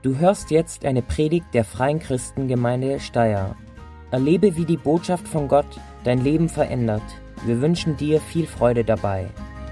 Du hörst jetzt eine Predigt der Freien Christengemeinde Steyr. Erlebe, wie die Botschaft von Gott dein Leben verändert. Wir wünschen dir viel Freude dabei.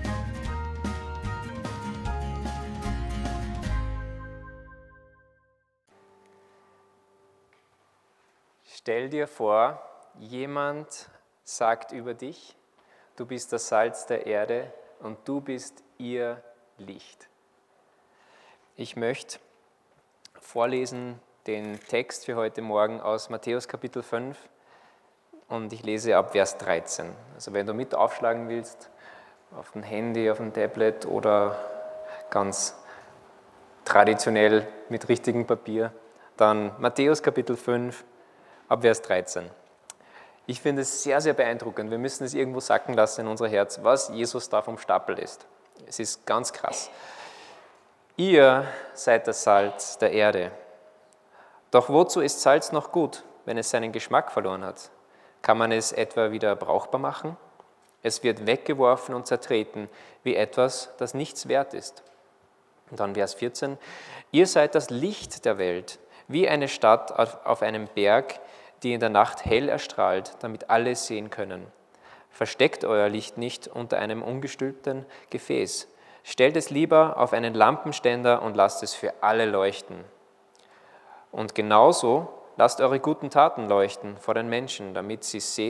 Stell dir vor, jemand sagt über dich, du bist das Salz der Erde und du bist ihr Licht. Ich möchte vorlesen den Text für heute Morgen aus Matthäus Kapitel 5 und ich lese ab Vers 13. Also wenn du mit aufschlagen willst, auf dem Handy, auf dem Tablet oder ganz traditionell mit richtigem Papier, dann Matthäus Kapitel 5 ab Vers 13. Ich finde es sehr, sehr beeindruckend. Wir müssen es irgendwo sacken lassen in unser Herz, was Jesus da vom Stapel lässt. Es ist ganz krass. Ihr seid das Salz der Erde. Doch wozu ist Salz noch gut, wenn es seinen Geschmack verloren hat? Kann man es etwa wieder brauchbar machen? Es wird weggeworfen und zertreten, wie etwas, das nichts wert ist. Und dann Vers 14. Ihr seid das Licht der Welt, wie eine Stadt auf einem Berg, die in der Nacht hell erstrahlt, damit alle sehen können. Versteckt euer Licht nicht unter einem ungestülpten Gefäß. Stellt es lieber auf einen Lampenständer und lasst es für alle leuchten. Und genauso lasst eure guten Taten leuchten vor den Menschen, damit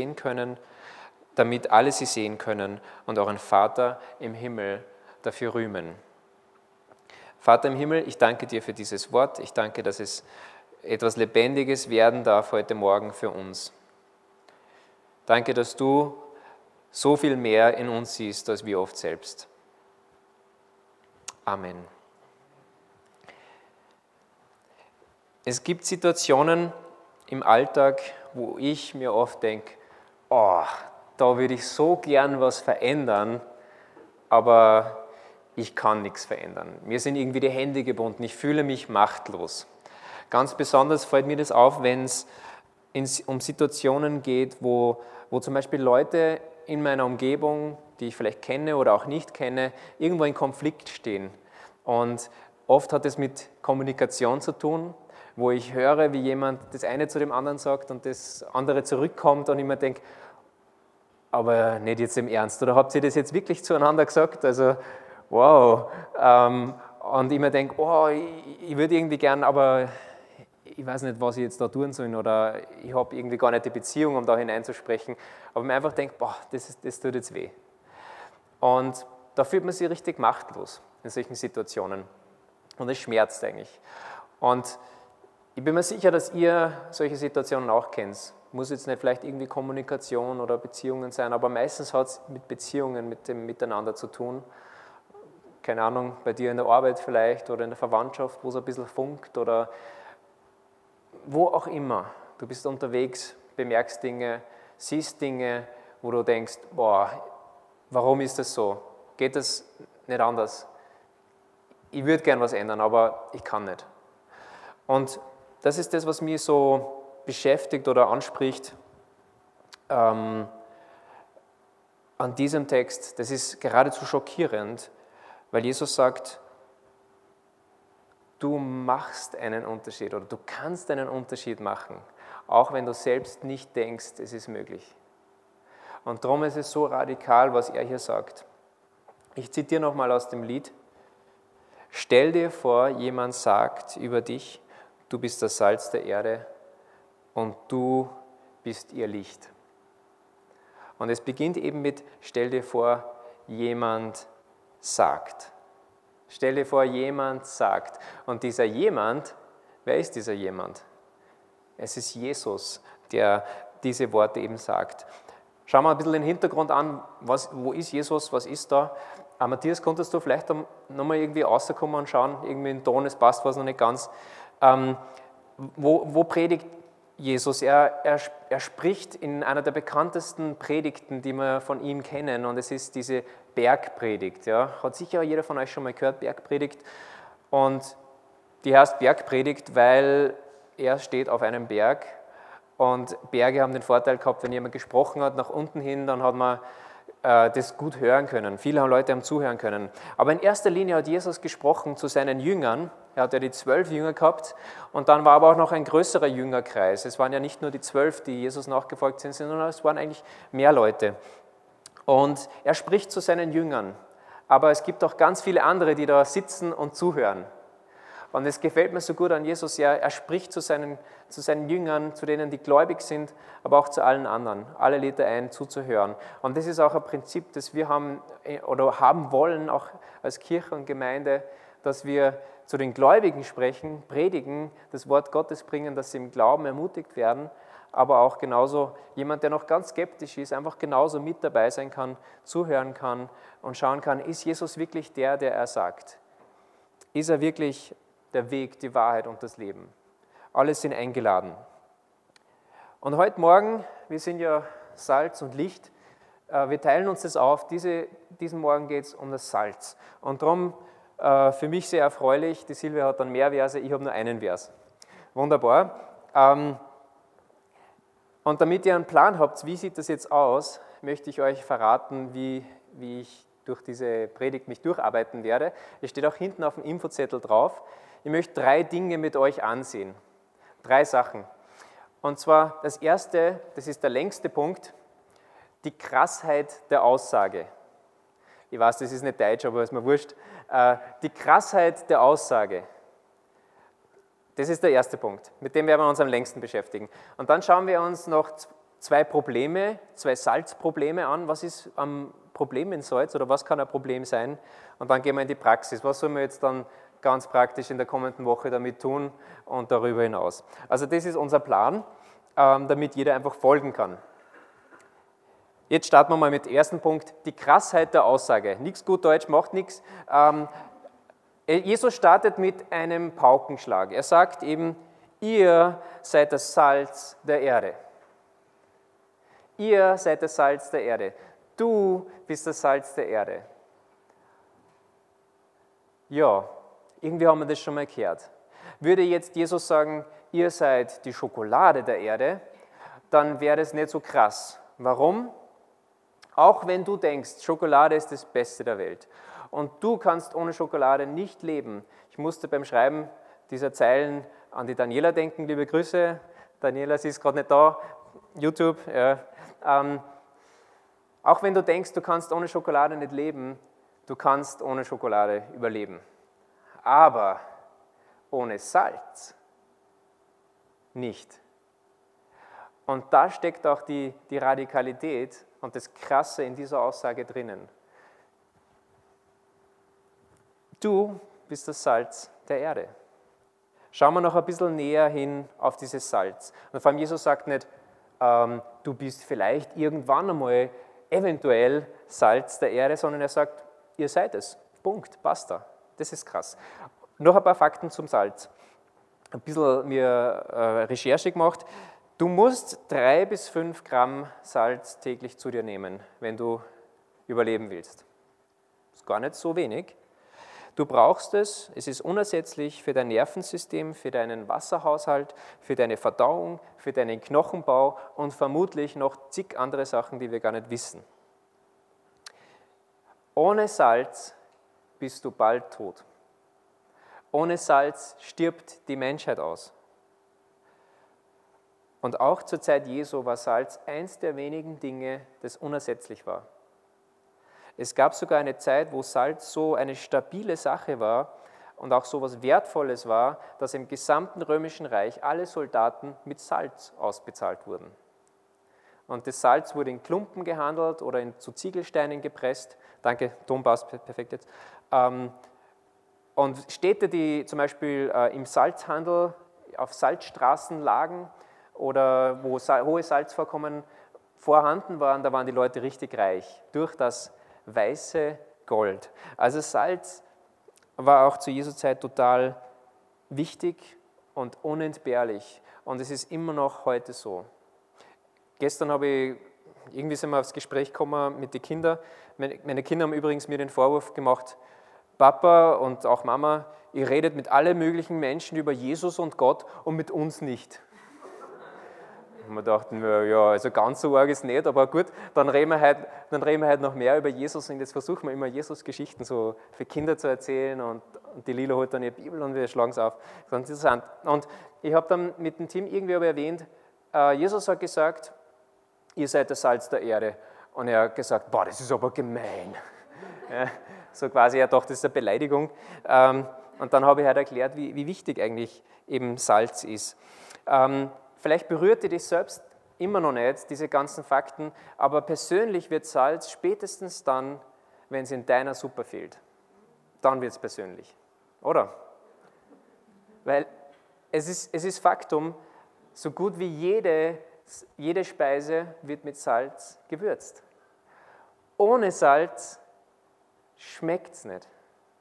alle sie sehen können und euren Vater im Himmel dafür rühmen. Vater im Himmel, ich danke dir für dieses Wort. Ich danke, dass es etwas Lebendiges werden darf heute Morgen für uns. Danke, dass du so viel mehr in uns siehst, als wir oft selbst. Amen. Es gibt Situationen im Alltag, wo ich mir oft denke, da würde ich so gern was verändern, aber ich kann nichts verändern. Mir sind irgendwie die Hände gebunden, ich fühle mich machtlos. Ganz besonders fällt mir das auf, wenn es um Situationen geht, wo zum Beispiel Leute in meiner Umgebung, die ich vielleicht kenne oder auch nicht kenne, irgendwo in Konflikt stehen. Und oft hat es mit Kommunikation zu tun, wo ich höre, wie jemand das eine zu dem anderen sagt und das andere zurückkommt und ich mir denke, aber nicht jetzt im Ernst, oder habt ihr das jetzt wirklich zueinander gesagt? Also, wow. Und ich mir denke, ich würde irgendwie gern, aber ich weiß nicht, was ich jetzt da tun soll oder ich habe irgendwie gar nicht die Beziehung, um da hineinzusprechen, aber mir einfach denke, das tut jetzt weh. Und da fühlt man sich richtig machtlos in solchen Situationen und es schmerzt eigentlich. Und ich bin mir sicher, dass ihr solche Situationen auch kennt. Muss jetzt nicht vielleicht irgendwie Kommunikation oder Beziehungen sein, aber meistens hat es mit Beziehungen, mit dem Miteinander zu tun. Keine Ahnung, bei dir in der Arbeit vielleicht oder in der Verwandtschaft, wo es ein bisschen funkt oder wo auch immer. Du bist unterwegs, bemerkst Dinge, siehst Dinge, wo du denkst, warum ist das so? Geht das nicht anders? Ich würde gern was ändern, aber ich kann nicht. Und das ist das, was mich so beschäftigt oder anspricht an diesem Text. Das ist geradezu schockierend, weil Jesus sagt, du machst einen Unterschied oder du kannst einen Unterschied machen, auch wenn du selbst nicht denkst, es ist möglich. Und darum ist es so radikal, was er hier sagt. Ich zitiere nochmal aus dem Lied. Stell dir vor, jemand sagt über dich, du bist das Salz der Erde und du bist ihr Licht. Und es beginnt eben mit, stell dir vor, jemand sagt. Stell dir vor, jemand sagt. Und dieser jemand, wer ist dieser jemand? Es ist Jesus, der diese Worte eben sagt. Schauen wir ein bisschen den Hintergrund an, wo ist Jesus, was ist da? Matthias, konntest du vielleicht nochmal irgendwie rauskommen und schauen, irgendwie in Ton, es passt was noch nicht ganz. Wo predigt Jesus? Er spricht in einer der bekanntesten Predigten, die wir von ihm kennen, und es ist diese Bergpredigt. Ja? Hat sicher jeder von euch schon mal gehört, Bergpredigt. Und die heißt Bergpredigt, weil er steht auf einem Berg und Berge haben den Vorteil gehabt, wenn jemand gesprochen hat nach unten hin, dann hat man das gut hören können. Viele Leute haben zuhören können. Aber in erster Linie hat Jesus gesprochen zu seinen Jüngern. Er hat ja die 12 Jünger gehabt und dann war aber auch noch ein größerer Jüngerkreis. Es waren ja nicht nur die 12, die Jesus nachgefolgt sind, sondern es waren eigentlich mehr Leute. Und er spricht zu seinen Jüngern. Aber es gibt auch ganz viele andere, die da sitzen und zuhören. Und es gefällt mir so gut an Jesus, ja, er spricht zu seinen Jüngern, zu denen, die gläubig sind, aber auch zu allen anderen. Alle lädt er ein, zuzuhören. Und das ist auch ein Prinzip, das wir haben oder haben wollen, auch als Kirche und Gemeinde, dass wir zu den Gläubigen sprechen, predigen, das Wort Gottes bringen, dass sie im Glauben ermutigt werden, aber auch genauso jemand, der noch ganz skeptisch ist, einfach genauso mit dabei sein kann, zuhören kann und schauen kann, ist Jesus wirklich der er sagt? Ist er wirklich der Weg, die Wahrheit und das Leben? Alle sind eingeladen. Und heute Morgen, wir sind ja Salz und Licht, wir teilen uns das auf. Diesen Morgen geht es um das Salz. Und darum für mich sehr erfreulich, die Silvia hat dann mehr Verse, ich habe nur einen Vers. Wunderbar. Und damit ihr einen Plan habt, wie sieht das jetzt aus, möchte ich euch verraten, wie ich durch diese Predigt mich durcharbeiten werde. Es steht auch hinten auf dem Infozettel drauf. Ich möchte 3 Dinge mit euch ansehen. 3 Sachen. Und zwar das erste, das ist der längste Punkt, die Krassheit der Aussage. Ich weiß, das ist nicht Deutsch, aber ist mir wurscht. Die Krassheit der Aussage. Das ist der erste Punkt. Mit dem werden wir uns am längsten beschäftigen. Und dann schauen wir uns noch 2 Probleme, 2 Salzprobleme an. Was ist am Problem in Salz oder was kann ein Problem sein? Und dann gehen wir in die Praxis. Was sollen wir jetzt dann ganz praktisch in der kommenden Woche damit tun und darüber hinaus? Also das ist unser Plan, damit jeder einfach folgen kann. Jetzt starten wir mal mit dem ersten Punkt, die Krassheit der Aussage. Nichts gut Deutsch, macht nichts. Jesus startet mit einem Paukenschlag. Er sagt eben, ihr seid das Salz der Erde. Ihr seid das Salz der Erde. Du bist das Salz der Erde. Ja, irgendwie haben wir das schon mal gehört. Würde jetzt Jesus sagen, ihr seid die Schokolade der Erde, dann wäre das nicht so krass. Warum? Auch wenn du denkst, Schokolade ist das Beste der Welt und du kannst ohne Schokolade nicht leben. Ich musste beim Schreiben dieser Zeilen an die Daniela denken, liebe Grüße. Daniela, sie ist gerade nicht da, YouTube. Ja. Auch wenn du denkst, du kannst ohne Schokolade nicht leben, du kannst ohne Schokolade überleben. Aber ohne Salz nicht. Und da steckt auch die Radikalität und das Krasse in dieser Aussage drinnen. Du bist das Salz der Erde. Schauen wir noch ein bisschen näher hin auf dieses Salz. Und vor allem Jesus sagt nicht, du bist vielleicht irgendwann einmal eventuell Salz der Erde, sondern er sagt, ihr seid es. Punkt, basta. Das ist krass. Noch ein paar Fakten zum Salz. Ein bisschen mir Recherche gemacht. Du musst 3 bis 5 Gramm Salz täglich zu dir nehmen, wenn du überleben willst. Das ist gar nicht so wenig. Du brauchst es ist unersetzlich für dein Nervensystem, für deinen Wasserhaushalt, für deine Verdauung, für deinen Knochenbau und vermutlich noch zig andere Sachen, die wir gar nicht wissen. Ohne Salz bist du bald tot. Ohne Salz stirbt die Menschheit aus. Und auch zur Zeit Jesu war Salz eins der wenigen Dinge, das unersetzlich war. Es gab sogar eine Zeit, wo Salz so eine stabile Sache war und auch so etwas Wertvolles war, dass im gesamten Römischen Reich alle Soldaten mit Salz ausbezahlt wurden. Und das Salz wurde in Klumpen gehandelt oder zu Ziegelsteinen gepresst. Danke, Ton passt perfekt jetzt. Und Städte, die zum Beispiel im Salzhandel auf Salzstraßen lagen oder wo hohe Salzvorkommen vorhanden waren, da waren die Leute richtig reich durch das weiße Gold. Also Salz war auch zu Jesu Zeit total wichtig und unentbehrlich. Und es ist immer noch heute so. Gestern sind wir aufs Gespräch gekommen mit den Kindern. Meine Kinder haben übrigens mir den Vorwurf gemacht, Papa und auch Mama, ihr redet mit allen möglichen Menschen über Jesus und Gott und mit uns nicht. Und wir dachten, ja, also ganz so arg ist nicht, aber gut, dann reden wir halt noch mehr über Jesus und jetzt versuchen wir immer Jesus-Geschichten so für Kinder zu erzählen und die Lila holt dann ihre Bibel und wir schlagen es auf. Ganz interessant. Und ich habe dann mit dem Team irgendwie aber erwähnt, Jesus hat gesagt, ihr seid das Salz der Erde. Und er hat gesagt, boah, das ist aber gemein. Ja, so quasi, er dachte, das ist eine Beleidigung. Und dann habe ich halt erklärt, wie wichtig eigentlich eben Salz ist. Vielleicht berührt dich das selbst immer noch nicht, diese ganzen Fakten, aber persönlich wird Salz spätestens dann, wenn es in deiner Suppe fehlt. Dann wird es persönlich, oder? Weil es ist Faktum, so gut wie jede Speise wird mit Salz gewürzt. Ohne Salz schmeckt es nicht.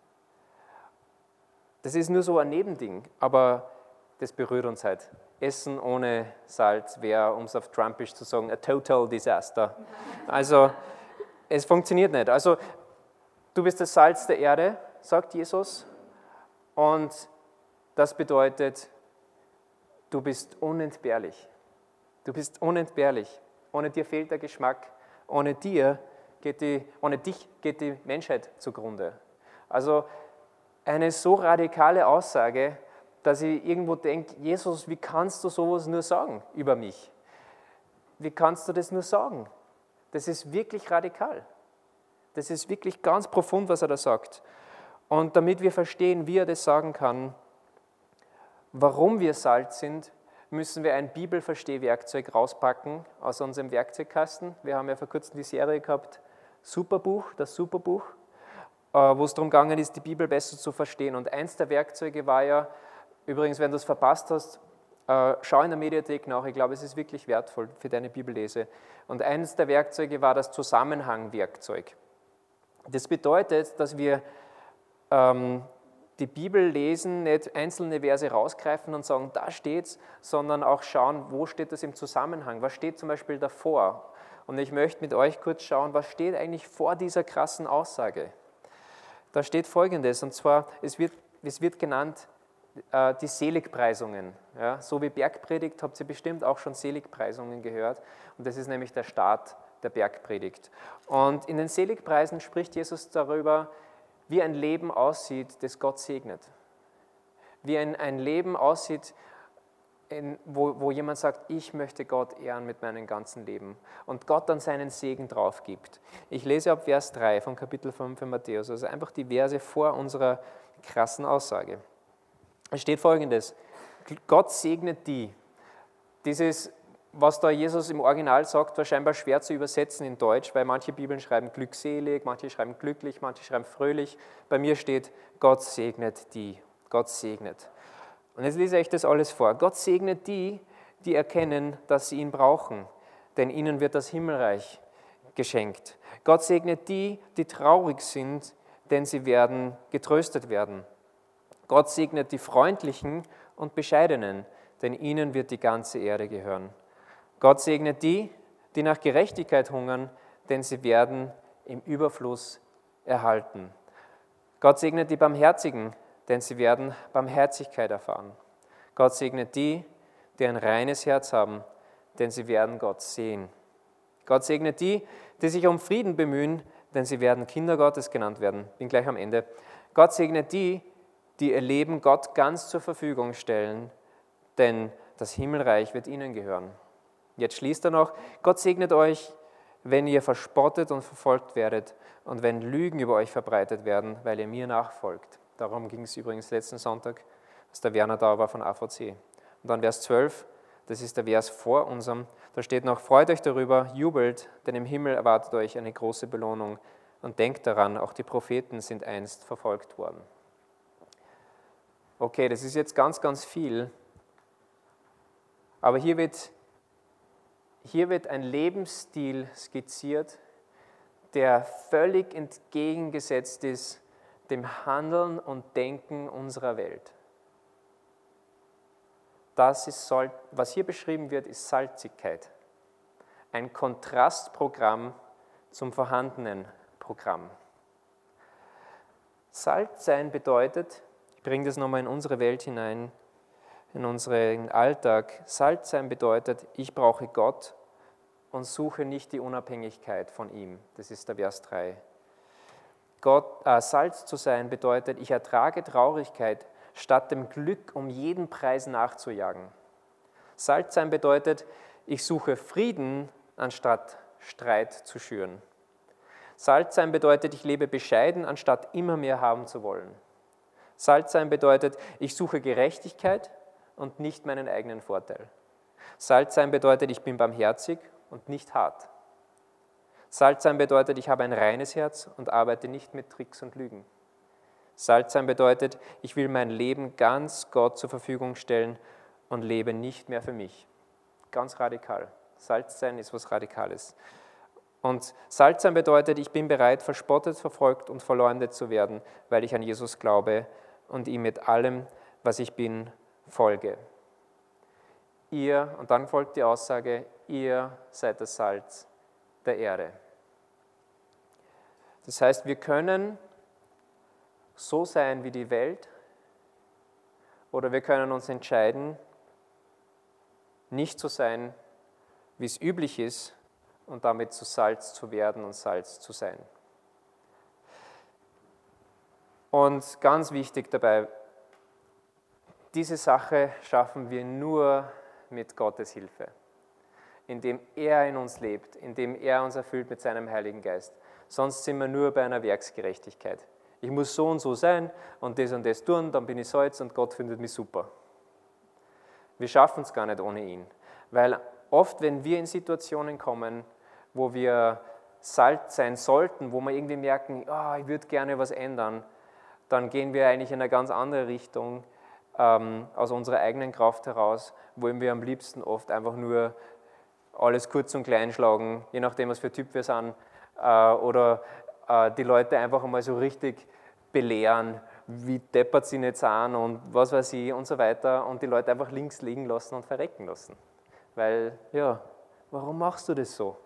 Das ist nur so ein Nebending, aber das berührt uns halt. Essen ohne Salz wäre, um es auf Trumpisch zu sagen, a total disaster. Also, es funktioniert nicht. Also, du bist das Salz der Erde, sagt Jesus, und das bedeutet, du bist unentbehrlich. Du bist unentbehrlich. Ohne dir fehlt der Geschmack. Ohne dich geht die Menschheit zugrunde. Also, eine so radikale Aussage, dass ich irgendwo denke, Jesus, wie kannst du sowas nur sagen über mich? Wie kannst du das nur sagen? Das ist wirklich radikal. Das ist wirklich ganz profund, was er da sagt. Und damit wir verstehen, wie er das sagen kann, warum wir Salz sind, müssen wir ein Bibelverstehwerkzeug rauspacken aus unserem Werkzeugkasten. Wir haben ja vor kurzem die Serie gehabt, das Superbuch, wo es darum gegangen ist, die Bibel besser zu verstehen. Und eins der Werkzeuge war ja, übrigens, wenn du es verpasst hast, schau in der Mediathek nach, ich glaube, es ist wirklich wertvoll für deine Bibellese. Und eines der Werkzeuge war das Zusammenhangwerkzeug. Das bedeutet, dass wir die Bibel lesen, nicht einzelne Verse rausgreifen und sagen, da steht's, sondern auch schauen, wo steht das im Zusammenhang, was steht zum Beispiel davor. Und ich möchte mit euch kurz schauen, was steht eigentlich vor dieser krassen Aussage. Da steht Folgendes, und zwar, es wird genannt, die Seligpreisungen. Ja, so wie Bergpredigt habt ihr bestimmt auch schon Seligpreisungen gehört. Und das ist nämlich der Start der Bergpredigt. Und in den Seligpreisen spricht Jesus darüber, wie ein Leben aussieht, das Gott segnet. Wie ein Leben aussieht, wo jemand sagt, ich möchte Gott ehren mit meinem ganzen Leben. Und Gott dann seinen Segen drauf gibt. Ich lese ab Vers 3 von Kapitel 5 in Matthäus, also einfach die Verse vor unserer krassen Aussage. Es steht Folgendes, Gott segnet die. Dieses, was da Jesus im Original sagt, war scheinbar schwer zu übersetzen in Deutsch, weil manche Bibeln schreiben glückselig, manche schreiben glücklich, manche schreiben fröhlich. Bei mir steht, Gott segnet die. Gott segnet. Und jetzt lese ich das alles vor. Gott segnet die, die erkennen, dass sie ihn brauchen, denn ihnen wird das Himmelreich geschenkt. Gott segnet die, die traurig sind, denn sie werden getröstet werden. Gott segnet die Freundlichen und Bescheidenen, denn ihnen wird die ganze Erde gehören. Gott segnet die, die nach Gerechtigkeit hungern, denn sie werden im Überfluss erhalten. Gott segnet die Barmherzigen, denn sie werden Barmherzigkeit erfahren. Gott segnet die, die ein reines Herz haben, denn sie werden Gott sehen. Gott segnet die, die sich um Frieden bemühen, denn sie werden Kinder Gottes genannt werden. Bin gleich am Ende. Gott segnet die, die ihr Leben Gott ganz zur Verfügung stellen, denn das Himmelreich wird ihnen gehören. Jetzt schließt er noch, Gott segnet euch, wenn ihr verspottet und verfolgt werdet und wenn Lügen über euch verbreitet werden, weil ihr mir nachfolgt. Darum ging es übrigens letzten Sonntag, als der Werner da war von AVC. Und dann Vers 12, das ist der Vers vor unserem, da steht noch, freut euch darüber, jubelt, denn im Himmel erwartet euch eine große Belohnung. Und denkt daran, auch die Propheten sind einst verfolgt worden. Okay, das ist jetzt ganz, ganz viel, aber hier wird ein Lebensstil skizziert, der völlig entgegengesetzt ist dem Handeln und Denken unserer Welt. Was hier beschrieben wird, ist Salzigkeit. Ein Kontrastprogramm zum vorhandenen Programm. Salz sein bedeutet, ich bringe das nochmal in unsere Welt hinein, in unseren Alltag. Salz sein bedeutet, ich brauche Gott und suche nicht die Unabhängigkeit von ihm. Das ist der Vers 3. Salz zu sein bedeutet, ich ertrage Traurigkeit, statt dem Glück um jeden Preis nachzujagen. Salz sein bedeutet, ich suche Frieden, anstatt Streit zu schüren. Salz sein bedeutet, ich lebe bescheiden, anstatt immer mehr haben zu wollen. Salz sein bedeutet, ich suche Gerechtigkeit und nicht meinen eigenen Vorteil. Salz sein bedeutet, ich bin barmherzig und nicht hart. Salz sein bedeutet, ich habe ein reines Herz und arbeite nicht mit Tricks und Lügen. Salz sein bedeutet, ich will mein Leben ganz Gott zur Verfügung stellen und lebe nicht mehr für mich. Ganz radikal. Salz sein ist was Radikales. Und Salz sein bedeutet, ich bin bereit, verspottet, verfolgt und verleumdet zu werden, weil ich an Jesus glaube und ihm mit allem, was ich bin, folge. Ihr, und dann folgt die Aussage, ihr seid das Salz der Erde. Das heißt, wir können so sein wie die Welt oder wir können uns entscheiden, nicht so sein, wie es üblich ist und damit zu Salz zu werden und Salz zu sein. Und ganz wichtig dabei, diese Sache schaffen wir nur mit Gottes Hilfe, indem er in uns lebt, indem er uns erfüllt mit seinem Heiligen Geist. Sonst sind wir nur bei einer Werksgerechtigkeit. Ich muss so und so sein und das tun, dann bin ich Salz und Gott findet mich super. Wir schaffen es gar nicht ohne ihn, weil oft, wenn wir in Situationen kommen, wo wir Salz sein sollten, wo wir irgendwie merken, ich würde gerne was ändern, dann gehen wir eigentlich in eine ganz andere Richtung, aus unserer eigenen Kraft heraus, wollen wir am liebsten oft einfach nur alles kurz und klein schlagen, je nachdem, was für Typ wir sind, oder die Leute einfach einmal so richtig belehren, wie deppert sie nicht sind und was weiß ich und so weiter und die Leute einfach links liegen lassen und verrecken lassen. Weil, warum machst du das so?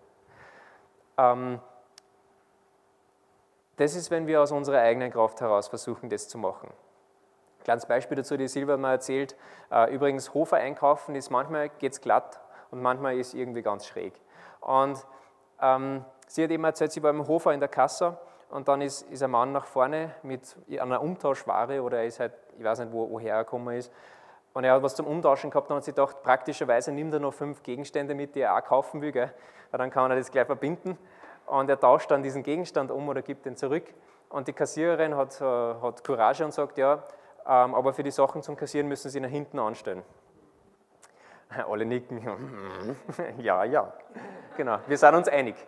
Das ist, wenn wir aus unserer eigenen Kraft heraus versuchen, das zu machen. Kleines Beispiel dazu, die Silvia hat mir erzählt, übrigens Hofer einkaufen ist manchmal geht's glatt und manchmal ist irgendwie ganz schräg. Und sie hat eben erzählt, sie war im Hofer in der Kasse und dann ist ein Mann nach vorne mit einer Umtauschware oder er ist halt, ich weiß nicht, woher er gekommen ist, und er hat was zum Umtauschen gehabt und hat sich gedacht, praktischerweise nimmt er noch 5 Gegenstände mit, die er auch kaufen will, gell? Weil dann kann er das gleich verbinden und er tauscht dann diesen Gegenstand um oder gibt den zurück und die Kassiererin hat Courage und sagt, aber für die Sachen zum Kassieren müssen Sie nach hinten anstellen. Alle nicken. Ja, genau, wir sind uns einig.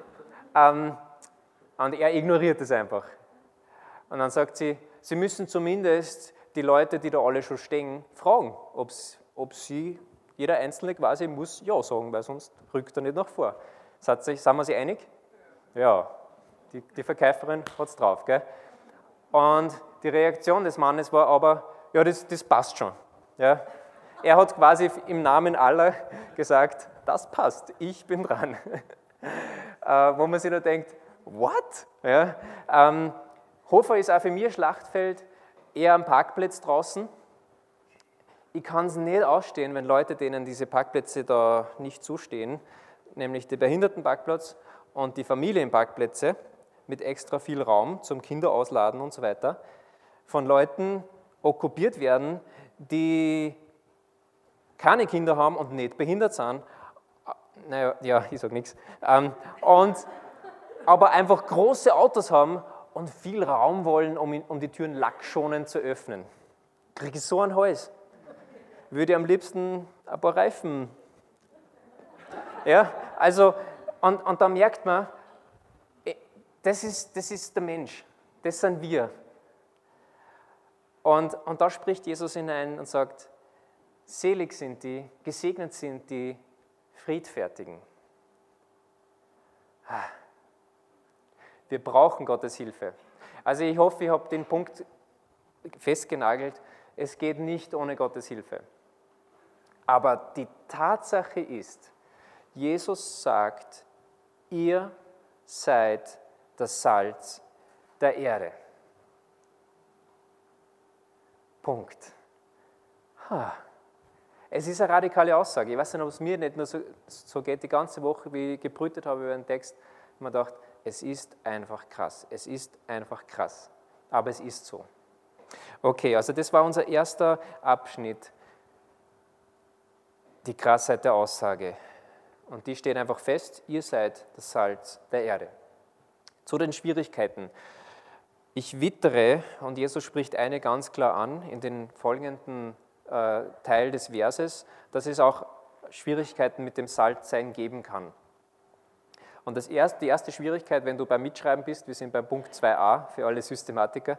Und er ignoriert es einfach. Und dann sagt sie, Sie müssen zumindest die Leute, die da alle schon stehen, fragen, ob sie, jeder Einzelne quasi muss Ja sagen, weil sonst rückt er nicht nach vor. Sind wir sich einig? Ja, die Verkäuferin hat es drauf, gell? Und die Reaktion des Mannes war aber, ja, das passt schon. Ja. Er hat quasi im Namen aller gesagt, das passt, ich bin dran. Wo man sich nur denkt, what? Ja. Hofer ist auch für mich Schlachtfeld, eher am Parkplatz draußen. Ich kann es nicht ausstehen, wenn Leute, denen diese Parkplätze da nicht zustehen, nämlich der Behindertenparkplatz und die Familienparkplätze mit extra viel Raum zum Kinderausladen und so weiter, von Leuten okkupiert werden, die keine Kinder haben und nicht behindert sind. Ich sage nichts. Aber einfach große Autos haben und viel Raum wollen, um die Türen lackschonend zu öffnen. Kriege ich so einen Hals. Würde am liebsten ein paar Reifen. Ja, also, und da merkt man, das ist der Mensch, das sind wir. Und da spricht Jesus hinein und sagt, selig sind die, gesegnet sind die Friedfertigen. Wir brauchen Gottes Hilfe. Also ich hoffe, ich habe den Punkt festgenagelt, es geht nicht ohne Gottes Hilfe. Aber die Tatsache ist, Jesus sagt, ihr seid das Salz der Erde. Punkt. Es ist eine radikale Aussage. Ich weiß nicht, ob es mir nicht nur so geht, die ganze Woche, wie ich gebrütet habe über den Text, und man dachte, es ist einfach krass. Es ist einfach krass. Aber es ist so. Okay, also das war unser erster Abschnitt. Die Krassheit der Aussage. Und die steht einfach fest, ihr seid das Salz der Erde. Zu den Schwierigkeiten. Ich wittere, und Jesus spricht eine ganz klar an, in den folgenden Teil des Verses, dass es auch Schwierigkeiten mit dem Salzsein geben kann. Und die erste Schwierigkeit, wenn du beim Mitschreiben bist, wir sind beim Punkt 2a für alle Systematiker,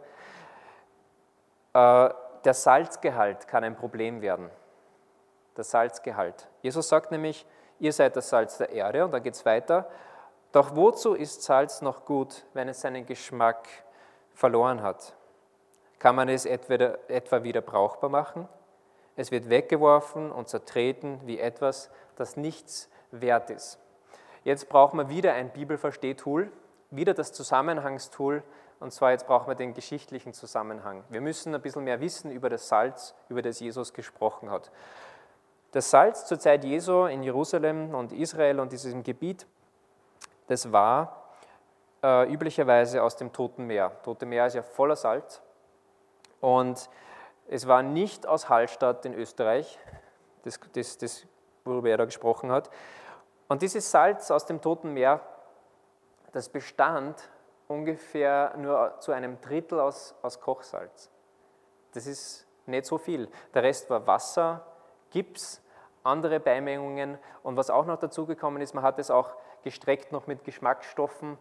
der Salzgehalt kann ein Problem werden. Der Salzgehalt. Jesus sagt nämlich, ihr seid das Salz der Erde, und dann geht es weiter. Doch wozu ist Salz noch gut, wenn es seinen Geschmack verloren hat? Kann man es etwa wieder brauchbar machen? Es wird weggeworfen und zertreten wie etwas, das nichts wert ist. Jetzt brauchen wir wieder ein Bibelverstehtool, wieder das Zusammenhangstool, und zwar jetzt brauchen wir den geschichtlichen Zusammenhang. Wir müssen ein bisschen mehr wissen über das Salz, über das Jesus gesprochen hat. Das Salz zur Zeit Jesu in Jerusalem und Israel und diesem Gebiet, das war üblicherweise aus dem Toten Meer. Tote Meer ist ja voller Salz, und es war nicht aus Hallstatt in Österreich, worüber er da gesprochen hat. Und dieses Salz aus dem Toten Meer, das bestand ungefähr nur zu einem Drittel aus Kochsalz. Das ist nicht so viel. Der Rest war Wasser, Gips, andere Beimengungen, und was auch noch dazugekommen ist, man hat es auch gestreckt noch mit Geschmacksstoffen,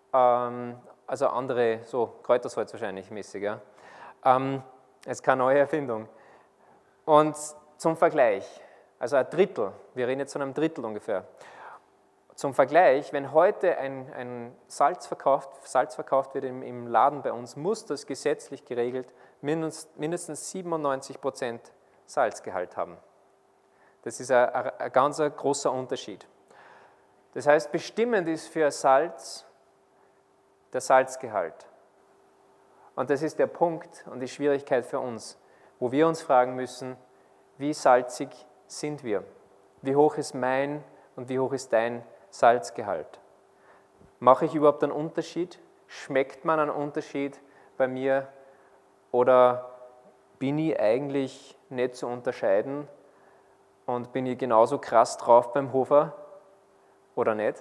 also andere, so Kräutersalz wahrscheinlich mäßig. Ja. Es ist keine neue Erfindung. Und zum Vergleich, also ein Drittel, wir reden jetzt von einem Drittel ungefähr. Zum Vergleich, wenn heute ein Salz verkauft wird im Laden bei uns, muss das gesetzlich geregelt mindestens 97% Salzgehalt haben. Das ist ein ganz großer Unterschied. Das heißt, bestimmend ist für Salz der Salzgehalt. Und das ist der Punkt und die Schwierigkeit für uns, wo wir uns fragen müssen, wie salzig sind wir? Wie hoch ist mein und wie hoch ist dein Salzgehalt? Mache ich überhaupt einen Unterschied? Schmeckt man einen Unterschied bei mir? Oder bin ich eigentlich nicht zu unterscheiden und bin ich genauso krass drauf beim Hofer oder nicht?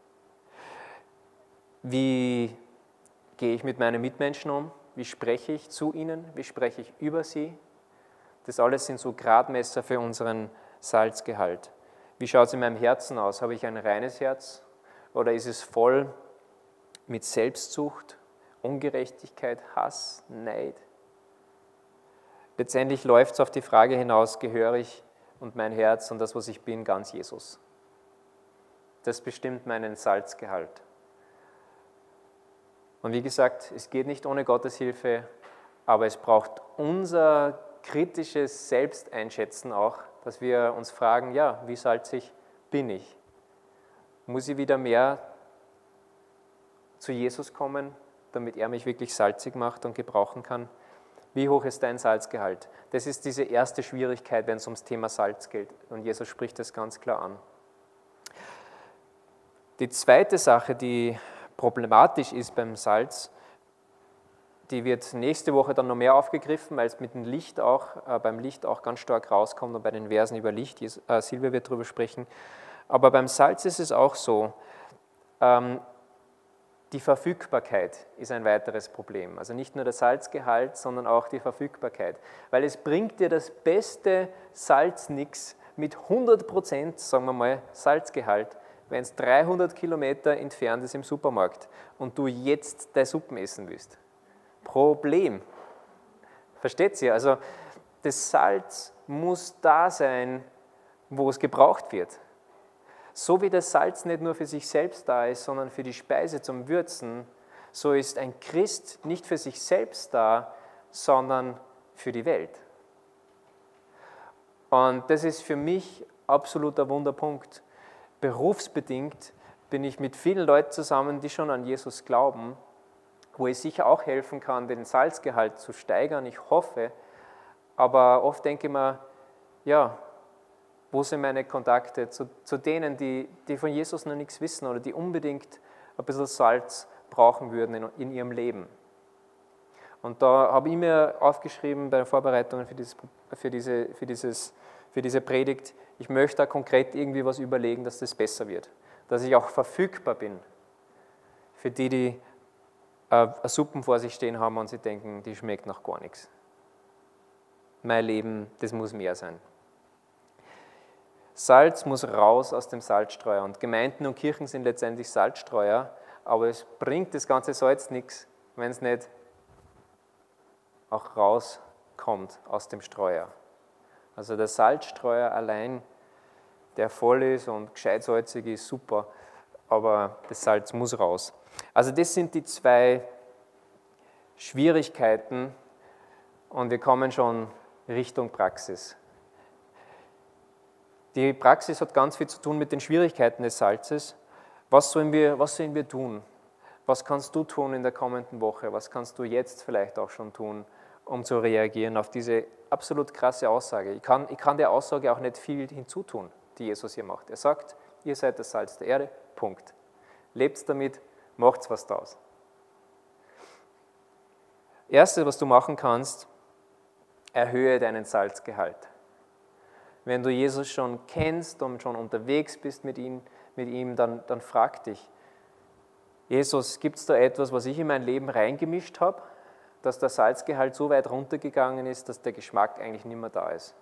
Wie gehe ich mit meinen Mitmenschen um? Wie spreche ich zu ihnen? Wie spreche ich über sie? Das alles sind so Gradmesser für unseren Salzgehalt. Wie schaut es in meinem Herzen aus? Habe ich ein reines Herz oder ist es voll mit Selbstsucht, Ungerechtigkeit, Hass, Neid? Letztendlich läuft es auf die Frage hinaus, gehöre ich und mein Herz und das, was ich bin, ganz Jesus? Das bestimmt meinen Salzgehalt. Und wie gesagt, es geht nicht ohne Gottes Hilfe, aber es braucht unser kritisches Selbsteinschätzen auch, dass wir uns fragen, ja, wie salzig bin ich? Muss ich wieder mehr zu Jesus kommen, damit er mich wirklich salzig macht und gebrauchen kann? Wie hoch ist dein Salzgehalt? Das ist diese erste Schwierigkeit, wenn es ums Thema Salz geht. Und Jesus spricht das ganz klar an. Die zweite Sache, die problematisch ist beim Salz, die wird nächste Woche dann noch mehr aufgegriffen, weil es mit dem Licht auch, beim Licht auch ganz stark rauskommt und bei den Versen über Licht, Silvia wird darüber sprechen. Aber beim Salz ist es auch so, die Verfügbarkeit ist ein weiteres Problem. Also nicht nur der Salzgehalt, sondern auch die Verfügbarkeit. Weil es bringt dir das beste Salz nichts mit 100%, sagen wir mal, Salzgehalt, wenn es 300 Kilometer entfernt ist im Supermarkt und du jetzt deine Suppen essen willst. Problem. Versteht ihr? Also das Salz muss da sein, wo es gebraucht wird. So wie das Salz nicht nur für sich selbst da ist, sondern für die Speise zum Würzen, so ist ein Christ nicht für sich selbst da, sondern für die Welt. Und das ist für mich absoluter Wunderpunkt. Berufsbedingt bin ich mit vielen Leuten zusammen, die schon an Jesus glauben, wo ich sicher auch helfen kann, den Salzgehalt zu steigern, ich hoffe, aber oft denke ich mir, ja, Wo sind meine Kontakte zu denen, die von Jesus noch nichts wissen oder die unbedingt ein bisschen Salz brauchen würden in ihrem Leben? Und da habe ich mir aufgeschrieben bei den Vorbereitungen für diese Predigt, ich möchte da konkret irgendwie was überlegen, dass das besser wird. Dass ich auch verfügbar bin für die eine Suppen vor sich stehen haben und sie denken, die schmeckt nach gar nichts. Mein Leben, das muss mehr sein. Salz muss raus aus dem Salzstreuer und Gemeinden und Kirchen sind letztendlich Salzstreuer, aber es bringt das ganze Salz nichts, wenn es nicht auch rauskommt aus dem Streuer. Also der Salzstreuer allein, der voll ist und gescheit salzig ist, super, aber das Salz muss raus. Also das sind die zwei Schwierigkeiten und wir kommen schon Richtung Praxis. Die Praxis hat ganz viel zu tun mit den Schwierigkeiten des Salzes. Was sollen wir tun? Was kannst du tun in der kommenden Woche? Was kannst du jetzt vielleicht auch schon tun, um zu reagieren auf diese absolut krasse Aussage? Ich kann der Aussage auch nicht viel hinzutun, die Jesus hier macht. Er sagt, ihr seid das Salz der Erde, Punkt. Lebt damit, macht was draus. Erste, was du machen kannst, erhöhe deinen Salzgehalt. Wenn du Jesus schon kennst und schon unterwegs bist mit ihm dann frag dich, Jesus, gibt es da etwas, was ich in mein Leben reingemischt habe, dass der Salzgehalt so weit runtergegangen ist, dass der Geschmack eigentlich nicht mehr da ist?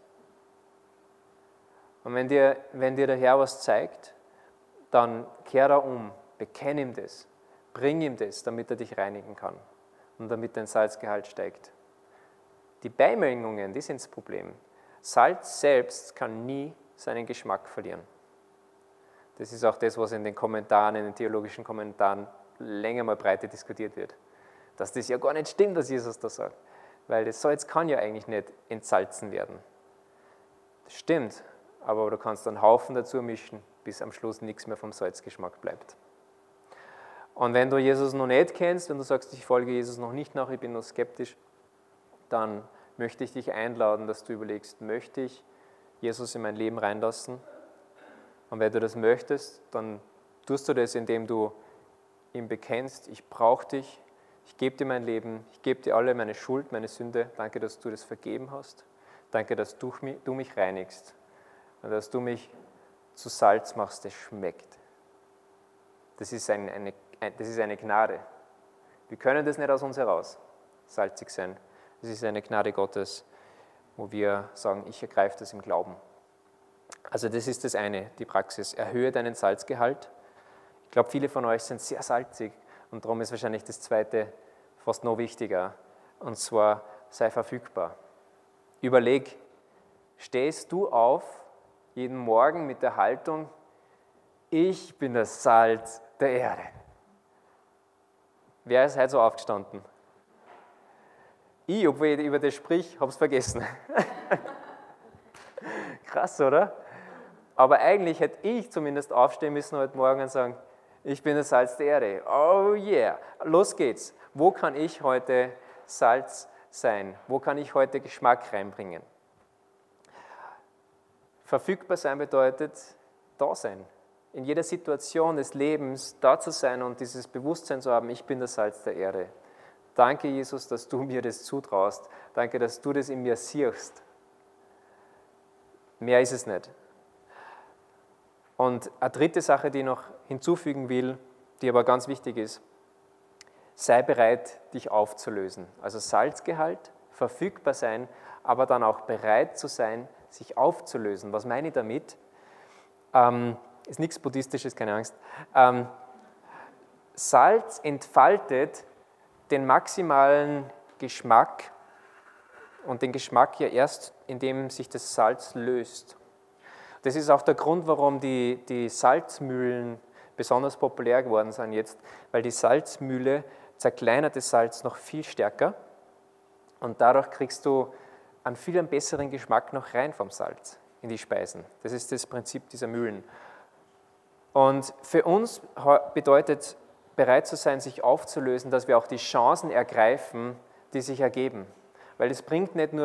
Und wenn dir der Herr was zeigt, dann kehr da um, bekenn ihm das, bring ihm das, damit er dich reinigen kann und damit dein Salzgehalt steigt. Die Beimengungen, die sind das Problem. Salz selbst kann nie seinen Geschmack verlieren. Das ist auch das, was in den theologischen Kommentaren länger mal breiter diskutiert wird. Dass das ja gar nicht stimmt, was Jesus da sagt. Weil das Salz kann ja eigentlich nicht entsalzen werden. Das stimmt, aber du kannst einen Haufen dazu mischen, bis am Schluss nichts mehr vom Salzgeschmack bleibt. Und wenn du Jesus noch nicht kennst, wenn du sagst, ich folge Jesus noch nicht nach, ich bin noch skeptisch, dann möchte ich dich einladen, dass du überlegst, möchte ich Jesus in mein Leben reinlassen? Und wenn du das möchtest, dann tust du das, indem du ihm bekennst, ich brauche dich, ich gebe dir mein Leben, ich gebe dir alle meine Schuld, meine Sünde, danke, dass du das vergeben hast, danke, dass du mich reinigst und dass du mich zu Salz machst, das schmeckt. Das ist eine Gnade. Wir können das nicht aus uns heraus, salzig sein. Das ist eine Gnade Gottes, wo wir sagen, ich ergreife das im Glauben. Also das ist das eine, die Praxis. Erhöhe deinen Salzgehalt. Ich glaube, viele von euch sind sehr salzig und darum ist wahrscheinlich das zweite fast noch wichtiger. Und zwar, sei verfügbar. Überleg, stehst du auf jeden Morgen mit der Haltung, ich bin das Salz der Erde. Wer ist heute so aufgestanden? Ich, obwohl ich über das sprich, habe es vergessen. Krass, oder? Aber eigentlich hätte ich zumindest aufstehen müssen heute Morgen und sagen, ich bin das Salz der Erde. Oh yeah, los geht's. Wo kann ich heute Salz sein? Wo kann ich heute Geschmack reinbringen? Verfügbar sein bedeutet da sein. In jeder Situation des Lebens da zu sein und dieses Bewusstsein zu haben, ich bin das Salz der Erde. Danke, Jesus, dass du mir das zutraust. Danke, dass du das in mir siehst. Mehr ist es nicht. Und eine dritte Sache, die ich noch hinzufügen will, die aber ganz wichtig ist, sei bereit, dich aufzulösen. Also Salzgehalt, verfügbar sein, aber dann auch bereit zu sein, sich aufzulösen. Was meine ich damit? Ist nichts Buddhistisches, keine Angst. Salz entfaltet den maximalen Geschmack und den Geschmack ja erst, indem sich das Salz löst. Das ist auch der Grund, warum die Salzmühlen besonders populär geworden sind jetzt, weil die Salzmühle zerkleinert das Salz noch viel stärker und dadurch kriegst du einen viel besseren Geschmack noch rein vom Salz in die Speisen. Das ist das Prinzip dieser Mühlen. Und für uns bedeutet bereit zu sein, sich aufzulösen, dass wir auch die Chancen ergreifen, die sich ergeben. Weil es bringt nicht nur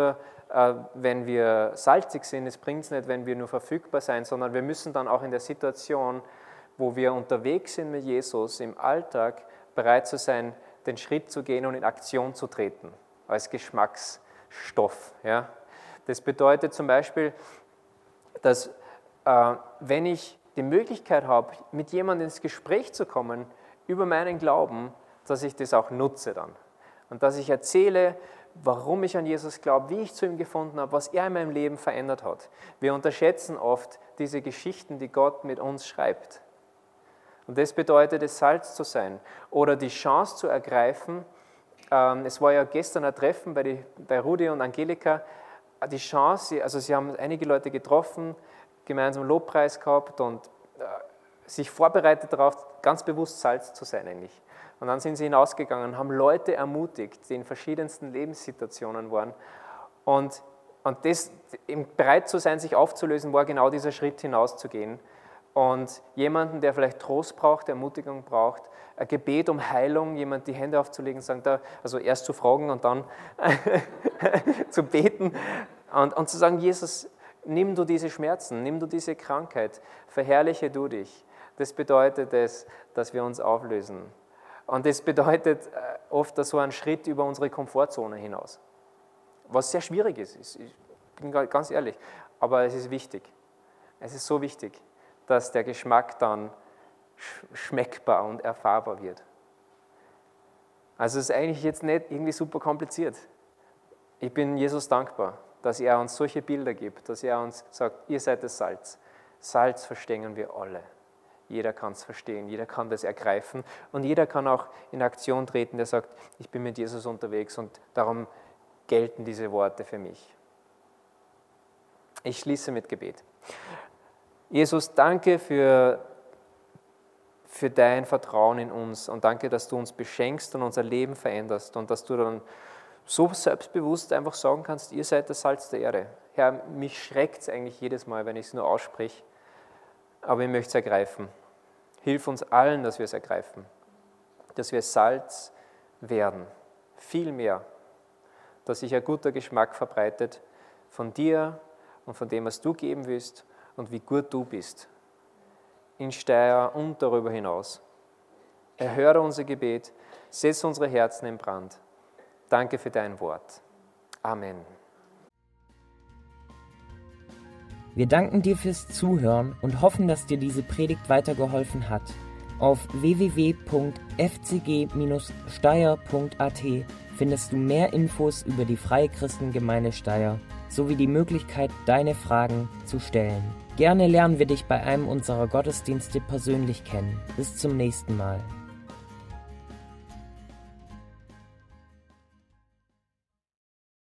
wenn wir salzig sind, es bringt es nicht, wenn wir nur verfügbar sein, sondern wir müssen dann auch in der Situation, wo wir unterwegs sind mit Jesus im Alltag, bereit zu sein, den Schritt zu gehen und in Aktion zu treten, als Geschmacksstoff. Ja? Das bedeutet zum Beispiel, dass wenn ich die Möglichkeit habe, mit jemandem ins Gespräch zu kommen über meinen Glauben, dass ich das auch nutze dann. Und dass ich erzähle, warum ich an Jesus glaube, wie ich zu ihm gefunden habe, was er in meinem Leben verändert hat. Wir unterschätzen oft diese Geschichten, die Gott mit uns schreibt. Und das bedeutet, es Salz zu sein oder die Chance zu ergreifen. Es war ja gestern ein Treffen bei Rudi und Angelika. Die Chance, also sie haben einige Leute getroffen, gemeinsam Lobpreis gehabt und sich vorbereitet darauf, ganz bewusst Salz zu sein eigentlich. Und dann sind sie hinausgegangen, haben Leute ermutigt, die in verschiedensten Lebenssituationen waren. Und das, bereit zu sein, sich aufzulösen, war genau dieser Schritt hinauszugehen. Und jemanden, der vielleicht Trost braucht, Ermutigung braucht, ein Gebet um Heilung, jemand die Hände aufzulegen, sagen, also erst zu fragen und dann zu beten und zu sagen, Jesus, nimm du diese Schmerzen, nimm du diese Krankheit, verherrliche du dich. Das bedeutet es, dass wir uns auflösen. Und das bedeutet oft so einen Schritt über unsere Komfortzone hinaus. Was sehr schwierig ist, ich bin ganz ehrlich, aber es ist wichtig. Es ist so wichtig, dass der Geschmack dann schmeckbar und erfahrbar wird. Also es ist eigentlich jetzt nicht irgendwie super kompliziert. Ich bin Jesus dankbar, dass er uns solche Bilder gibt, dass er uns sagt, ihr seid das Salz. Salz verstehen wir alle. Jeder kann es verstehen, jeder kann das ergreifen und jeder kann auch in Aktion treten, der sagt, ich bin mit Jesus unterwegs und darum gelten diese Worte für mich. Ich schließe mit Gebet. Jesus, danke für dein Vertrauen in uns und danke, dass du uns beschenkst und unser Leben veränderst und dass du dann so selbstbewusst einfach sagen kannst, ihr seid das Salz der Erde. Herr, mich schreckt es eigentlich jedes Mal, wenn ich es nur ausspreche, aber ich möchte es ergreifen. Hilf uns allen, dass wir es ergreifen, dass wir Salz werden, viel mehr, dass sich ein guter Geschmack verbreitet von dir und von dem, was du geben willst und wie gut du bist, in Steyr und darüber hinaus. Erhöre unser Gebet, setz unsere Herzen in Brand. Danke für dein Wort. Amen. Wir danken dir fürs Zuhören und hoffen, dass dir diese Predigt weitergeholfen hat. Auf www.fcg-steyr.at findest du mehr Infos über die Freie Christengemeinde Steyr sowie die Möglichkeit, deine Fragen zu stellen. Gerne lernen wir dich bei einem unserer Gottesdienste persönlich kennen. Bis zum nächsten Mal.